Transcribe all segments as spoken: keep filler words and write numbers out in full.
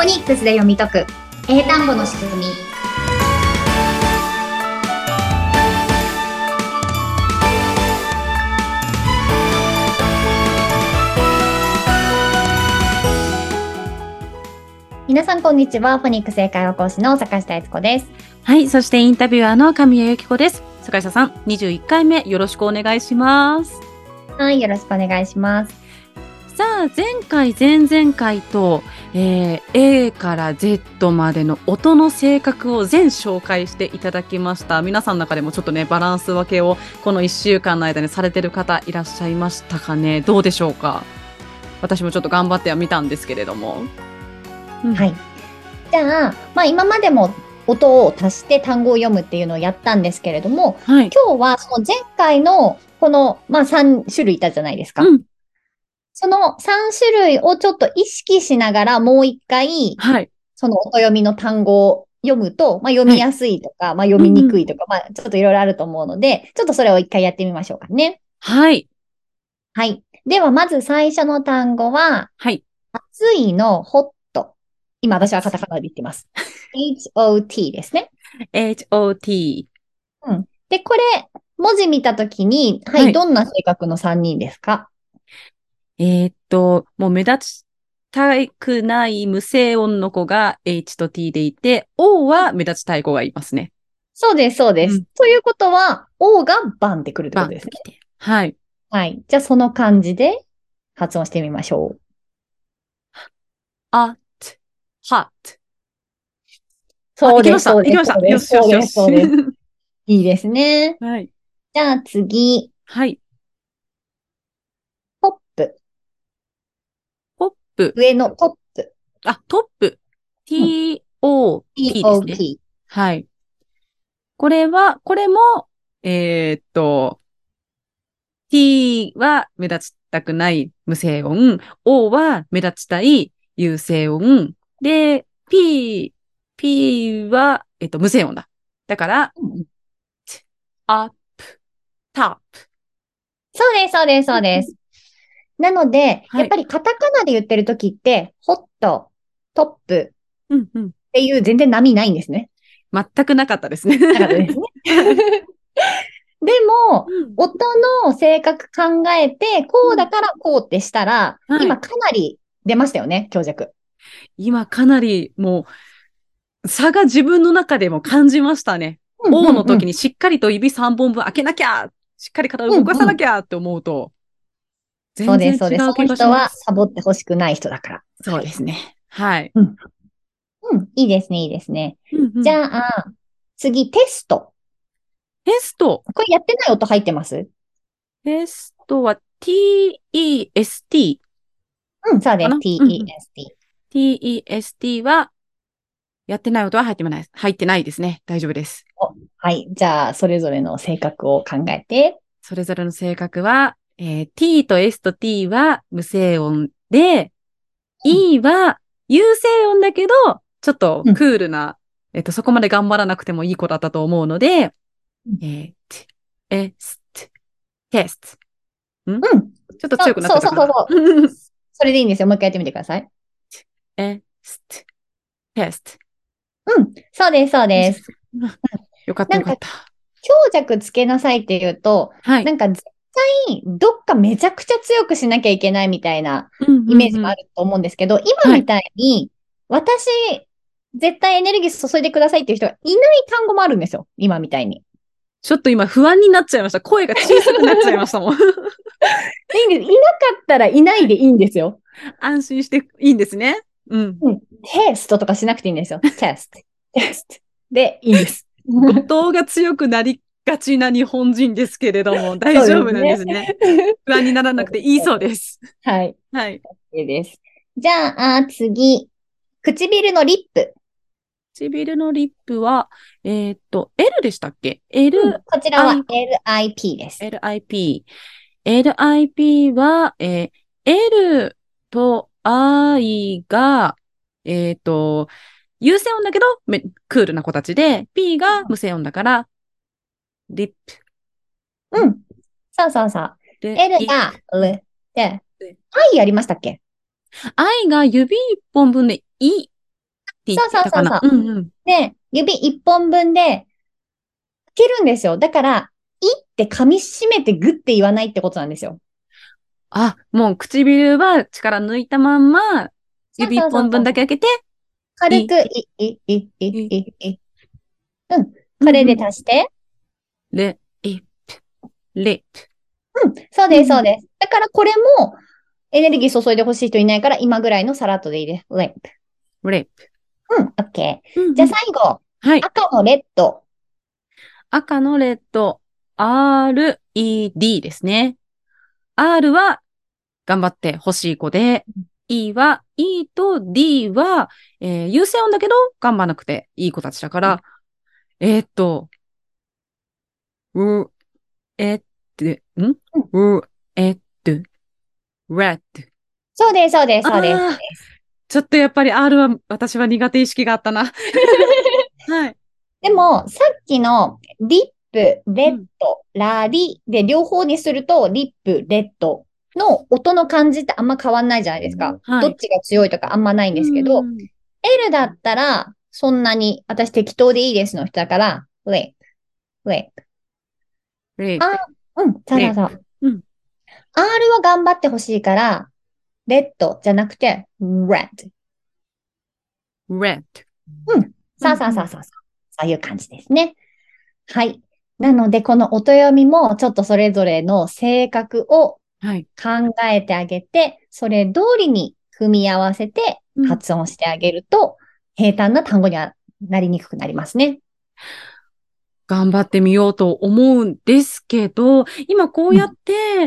ニックスで読み解く英単語の仕組み。皆さんこんにちは。フォニックス英会話講師の坂下悦子です。 はい、そしてインタビュアーの神谷由紀子です。坂下さん、にじゅういっかいめよろしくお願いします。 はい、よろしくお願いします。 さあ、前回前々回と、えー、A から Z までの音の性格を全紹介していただきました。皆さんの中でもちょっとねバランス分けをこのいっしゅうかんの間にされてる方いらっしゃいましたかね。どうでしょうか。私もちょっと頑張ってはみたんですけれども、 うん、はい。じゃあ、まあ、今までも音を足して単語を読むっていうのをやったんですけれども、はい、今日はその前回のこの、まあ、さんしゅるいいたじゃないですか。うん、そのさんしゅるいをちょっと意識しながらもう一回、はい、その音読みの単語を読むと、まあ、読みやすいとか、はい、まあ、読みにくいとか、うんうん、まあ、ちょっといろいろあると思うので、ちょっとそれを一回やってみましょうかね。 はい。 はい。では、まず最初の単語は、はい。暑いのホット。今、私はカタカナで言ってます。エイチオーティー ですね。 エイチオーティー。 うん。で、これ、文字見たときに、はい、はい、どんな性格のさんにんですか？ えー、っと、もう目立ちたくない無声音の子が H と T でいて、O は目立ちたい子がいますね。 そうです、そうです。うん、ということは、O がバンってくるってことですね。 バンってきて。はい。 はい。じゃあ、その漢字で発音してみましょう。 あ、は、 そうです、そうです。 行きました。行きました。よしよしよし。 そうです、そうです。いいですね。 はい。 じゃあ次。 はい。 ポップ。 ポップ。 上のトップ。 あ、トップ。ティーオーピー ですね。はい。これは、これも、えー、っと、T は目立ちたくない無声音。O は目立ちたい有声音。で、P、P は、えっと、無声音だ。だから、アップ、タップ。 そうです、そうです、そうです。なので、はい、やっぱりカタカナで言ってるときって、ホット、トップっていう全然波ないんですね。 全くなかったですね。 なかったですね。でも、うん、音の性格考えて、こうだからこうってしたら、うん、今かなり出ましたよね、強弱。 今かなりもう、差が自分の中でも感じましたね。うんうんうん、O の時にしっかりと指さんぼんぶん開けなきゃ、しっかり体を動かさなきゃって思うと、 うんうん、全然違う気がします。そうです、そうです。その人はサボってほしくない人だから。 そうですね。はい。 うん。うん、いいですね、いいですね。うんうん、じゃあ、次、テスト。 テスト。 これやってない音入ってます？ テストは ティーイーエスティー。 うん、そうです。ティーイーエスティー。 ティーイーエスティー は、やってない音は入ってない、入ってないですね。大丈夫です。 はい。じゃあ、それぞれの性格を考えて。 それぞれの性格は、えー、T と S と T は無声音で、うん、E は有声音だけど、ちょっとクールな、うん、えっと、そこまで頑張らなくてもいい子だったと思うので、うん、えー、T、S、テスト。ん、うん、ちょっと強くなってたかな。 そうそうそうそう。それでいいんですよ。もう一回やってみてください。 え、テスト。 うん。そうです、そうです。 よかった、よかった。 強弱つけなさいって言うと、はい、なんか絶対どっかめちゃくちゃ強くしなきゃいけないみたいなイメージがあると思うんですけど、うんうんうん、今みたいに、はい、私、絶対エネルギー注いでくださいっていう人がいない単語もあるんですよ。今みたいに。 ちょっと今不安になっちゃいました。声が小さくなっちゃいましたもん。いいんです。いなかったらいないでいいんですよ。 安心していいんですね。うん。 うん、テストとかしなくていいんですよ。テスト。テスト。で、いいんです。 語頭が強くなりがちな日本人ですけれども、大丈夫なんですね。不安にならなくていいそうです。 はい。 はい。 OK です。じゃあ、次。唇のリップ。 唇のリップは、えー、っと、L でしたっけ？ L、 うん、こちらは エルアイピー です。 エルアイピー。エルアイピー は、えー、L と I が、えー、っと、有声音だけど、クールな子たちで、P が無声音だから、リップ。 うん。そうそうそう。L が、L で、I やりましたっけ？ I が指一本分で、い。 て言ってたかな。 そうそうそうそう。うんうん、で、指一本分で吹けるんですよ。だから、いって噛み締めてグッて言わないってことなんですよ。 あ、もう唇は力抜いたまんま、指一本分だけ開けて、 軽く、い、い、い、い、い、い。うん。これで足して。 レ、イ、レ。 うん。そうです、そうです。だからこれも、エネルギー注いでほしい人いないから、今ぐらいのさらっとでいいです。レップ。 レップ。 うん、オッケー。じゃあ最後。 はい。 赤のレッド。 赤のレッド。アールイーディー ですね。R は頑張って欲しい子で、E は、E と D は、えー、優先音だけど頑張らなくていい子たちだから、うん、えー、っと、う、えって、ん、うん、う、えっと、red。 そうです、そうです、そうです。 ちょっとやっぱり R は私は苦手意識があったな。はい。 でも、さっきのリップ、レッド、うん、ラリで両方にすると、リップ、レッドの音の感じってあんま変わんないじゃないですか。はい、どっちが強いとかあんまないんですけど、L だったら、そんなに、私適当でいいですの人だから、レップ、レップ。レップ。あ、うん、そうそうそう。うん、R は頑張ってほしいから、レッドじゃなくて、red。 red。 うん。さあさあさあさあ。そういう感じですね。はい。なので、この音読みも、ちょっとそれぞれの性格を考えてあげて、はい、それ通りに組み合わせて発音してあげると、うん、平坦な単語にはなりにくくなりますね。 頑張ってみようと思うんですけど、今こうやって、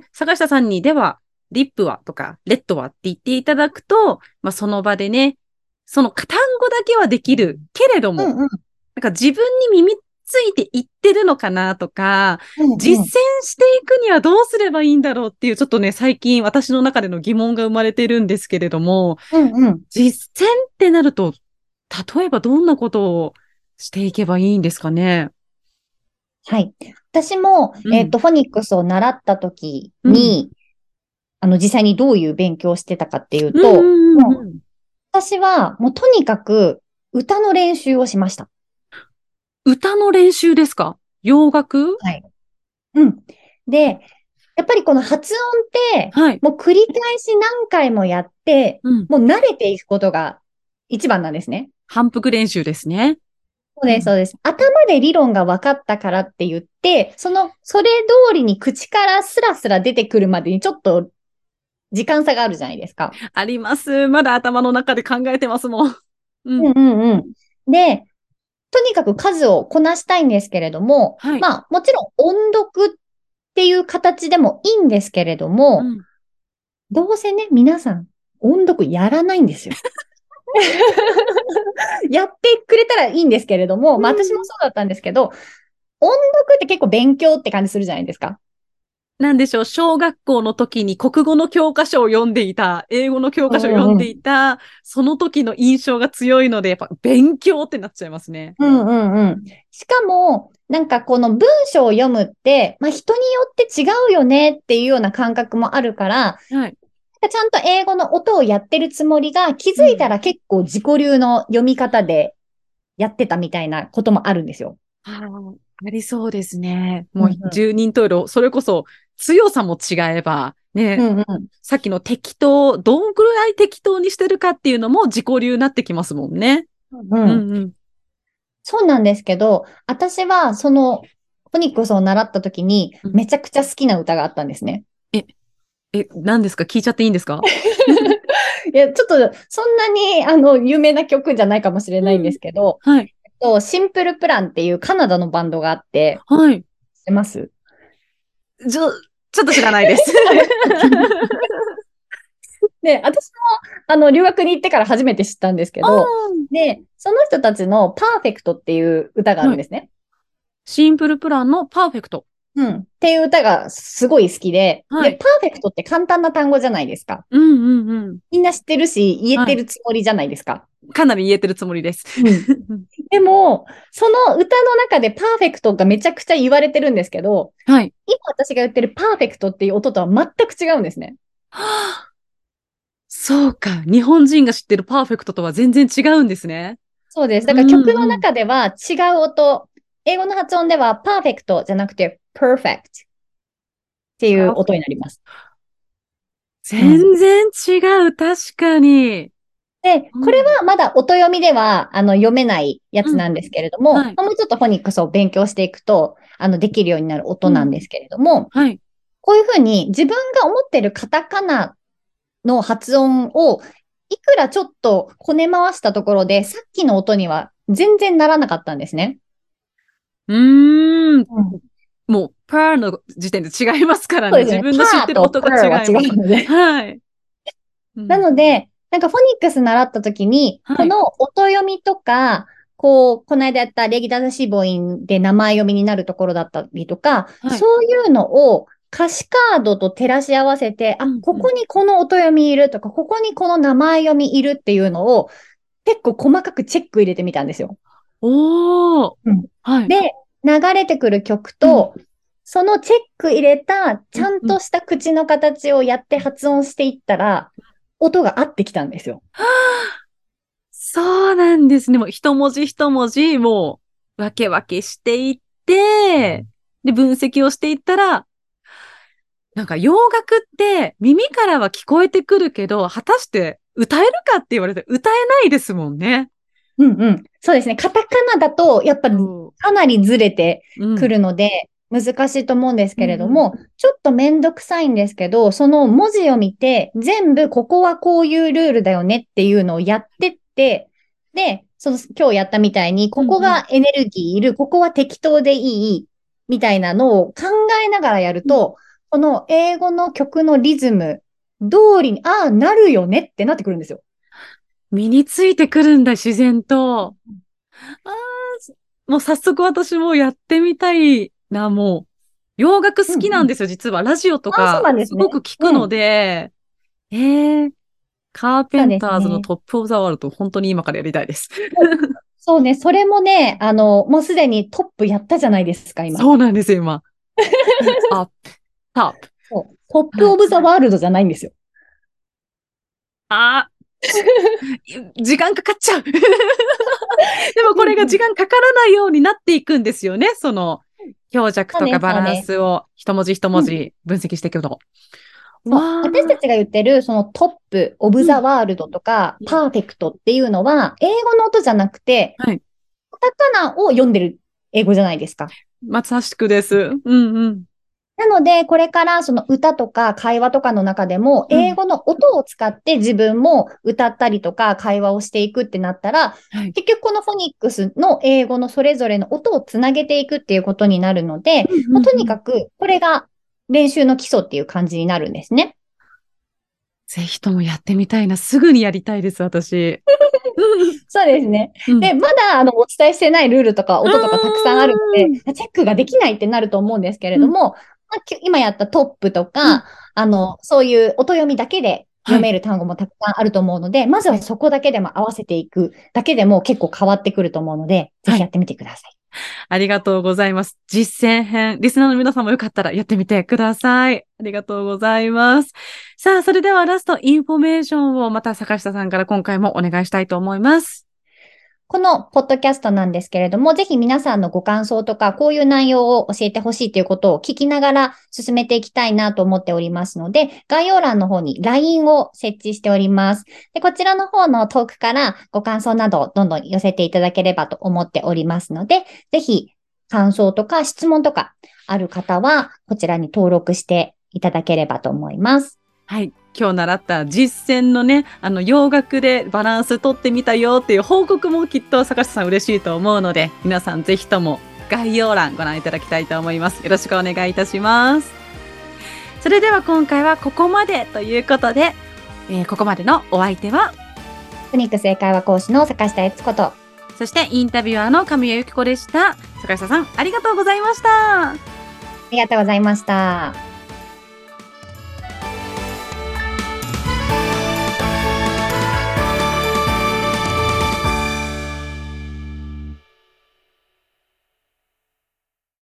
坂下さんに、では、リップはとか、レッドはって言っていただくと、まあ、その場でね、その単語だけはできるけれども、うんうん、なんか自分に耳ついていってるのかなとか、うんうん、実践していくにはどうすればいいんだろうっていう、ちょっとね、最近私の中での疑問が生まれているんですけれども、うんうん、実践ってなると、例えばどんなことをしていけばいいんですかね。 はい。私も、うん、えっと、フォニックスを習った時に、うん、あの、実際にどういう勉強をしてたかっていうと、私はもうとにかく歌の練習をしました。 歌の練習ですか？洋楽？ はい。うん。で、やっぱりこの発音って、はい、もう繰り返し何回もやって、うん、もう慣れていくことが一番なんですね。 反復練習ですね。 そうです、そうです。うん、頭で理論が分かったからって言って、その、それ通りに口からスラスラ出てくるまでにちょっと時間差があるじゃないですか。 あります。まだ頭の中で考えてますもん。 うん、うんうんうんで、とにかく数をこなしたいんですけれども、はい、まあ、もちろん音読っていう形でもいいんですけれども、うん、どうせね、皆さん、音読やらないんですよ。やってくれたらいいんですけれども、まあ私もそうだったんですけど、音読って結構勉強って感じするじゃないですか。 なんでしょう、小学校の時に国語の教科書を読んでいた、英語の教科書を読んでいた、うんうん、その時の印象が強いので、やっぱ勉強ってなっちゃいますね。 うんうんうん。しかも、なんかこの文章を読むって、まあ人によって違うよねっていうような感覚もあるから、はい、ちゃんと英語の音をやってるつもりが、気づいたら結構自己流の読み方でやってたみたいなこともあるんですよ。 あありそうですね。もう十人十色、それこそ強さも違えば、ね、うんうん、さっきの適当、どんぐらい適当にしてるかっていうのも自己流になってきますもんね。 うんうんうん、そうなんですけど、私はそのフォニックスを習った時にめちゃくちゃ好きな歌があったんですね。 うん、え、え、何ですか？聞いちゃっていいんですか？ いや、ちょっとそんなにあの有名な曲じゃないかもしれないんですけど、うん、はい。シンプルプランっていうカナダのバンドがあって、はい。知ってます？ ちょ、ちょっと知らないです。 で、私も、あの、留学に行ってから初めて知ったんですけど、で、その人たちのパーフェクトっていう歌があるんですね。はい、 シンプルプランのパーフェクト。 うん。っていう歌がすごい好きで、はい、で、パーフェクトって簡単な単語じゃないですか。 うんうんうん。 みんな知ってるし、言えてるつもりじゃないですか。はい、かなり言えてるつもりです。 うん、でも、その歌の中でパーフェクトがめちゃくちゃ言われてるんですけど、はい、今私が言ってるパーフェクトっていう音とは全く違うんですね。 はあ、そうか。日本人が知ってるパーフェクトとは全然違うんですね。 そうです。だから曲の中では違う音、うんうん、英語の発音では perfect じゃなくて perfect っていう音になります。 全然違う、うん、確かに。 で、これはまだ音読みでは、あの、読めないやつなんですけれども、うんはい、もうちょっとフォニックスを勉強していくと、あの、できるようになる音なんですけれども、うんはい、こういうふうに自分が思ってるカタカナの発音を、いくらちょっとこね回したところで、さっきの音には全然ならなかったんですね。 うーん。うん、もう、パーの時点で違いますからね。ね自分の知ってる音が違います。 違うので。 はい。 うん、なので、なんかフォニックス習った時に、はい、この音読みとか、こう、この間やった礼儀正しい母音で名前読みになるところだったりとか、はい、そういうのを歌詞カードと照らし合わせて、あ、ここにこの音読みいるとか、ここにこの名前読みいるっていうのを結構細かくチェック入れてみたんですよ。 おー。うん、 はい。で、流れてくる曲と、うん、そのチェック入れたちゃんとした口の形をやって発音していったら、音が合ってきたんですよ。 はあ、そうなんですね。もう一文字一文字、もう分け分けしていって、で、分析をしていったら、なんか洋楽って耳からは聞こえてくるけど、果たして歌えるかって言われて歌えないですもんね。 うんうん。そうですね。カタカナだと、やっぱかなりずれてくるので、難しいと思うんですけれども、うんうん、ちょっとめんどくさいんですけど、その文字を見て、全部ここはこういうルールだよねっていうのをやってって、で、その今日やったみたいに、ここがエネルギーいる、うんうん、ここは適当でいい、みたいなのを考えながらやると、うん、この英語の曲のリズム通りに、ああ、なるよねってなってくるんですよ。 身についてくるんだ、自然と。ああ、もう早速私もやってみたいな、もう。洋楽好きなんですよ、うんうん、実は。ラジオとか、すごく聞くので。うん、えー、カーペンターズのトップオブザワールド、本当に今からやりたいです。 そうね、それもね、あの、もうすでにトップやったじゃないですか、今。 そうなんですよ、今。アップ、トップ。 そう。トップオブザワールドじゃないんですよ。 ああ。時間かかっちゃう。でもこれが時間かからないようになっていくんですよね。その強弱とかバランスを一文字一文字分析していくの。 そう、私たちが言ってるそのトップ、オブザワールドとか、うん、パーフェクトっていうのは、英語の音じゃなくて、はい、カタカナを読んでる英語じゃないですか。 まさしくです。うんうん。 なので、これからその歌とか会話とかの中でも、英語の音を使って自分も歌ったりとか会話をしていくってなったら、はい、結局このフォニックスの英語のそれぞれの音をつなげていくっていうことになるので、うんうんうん、まあ、とにかくこれが練習の基礎っていう感じになるんですね。 ぜひともやってみたいな。すぐにやりたいです、私。 そうですね。うん、で、まだあのお伝えしてないルールとか音とかたくさんあるので、チェックができないってなると思うんですけれども、うんまあ、今やったトップとか、うん、あの、そういう音読みだけで読める単語もたくさんあると思うので、はい、まずはそこだけでも合わせていくだけでも結構変わってくると思うので、はい、ぜひやってみてください。 ありがとうございます。実践編、リスナーの皆さんもよかったらやってみてください。ありがとうございます。さあ、それではラストインフォメーションをまた坂下さんから今回もお願いしたいと思います。 このポッドキャストなんですけれども、ぜひ皆さんのご感想とか、こういう内容を教えてほしいということを聞きながら進めていきたいなと思っておりますので、概要欄の方に ライン を設置しております。で、こちらの方のトークからご感想などをどんどん寄せていただければと思っておりますので、ぜひ感想とか質問とかある方は、こちらに登録していただければと思います。 はい。今日習った実践のね、あの洋楽でバランス取ってみたよっていう報告もきっと坂下さん嬉しいと思うので、皆さんぜひとも概要欄ご覧いただきたいと思います。よろしくお願いいたします。それでは今回はここまでということで、えー、ここまでのお相手はフォニックス英会話講師の坂下悦子と、 そしてインタビュアーの神谷由紀子でした。坂下さんありがとうございました。 ありがとうございました。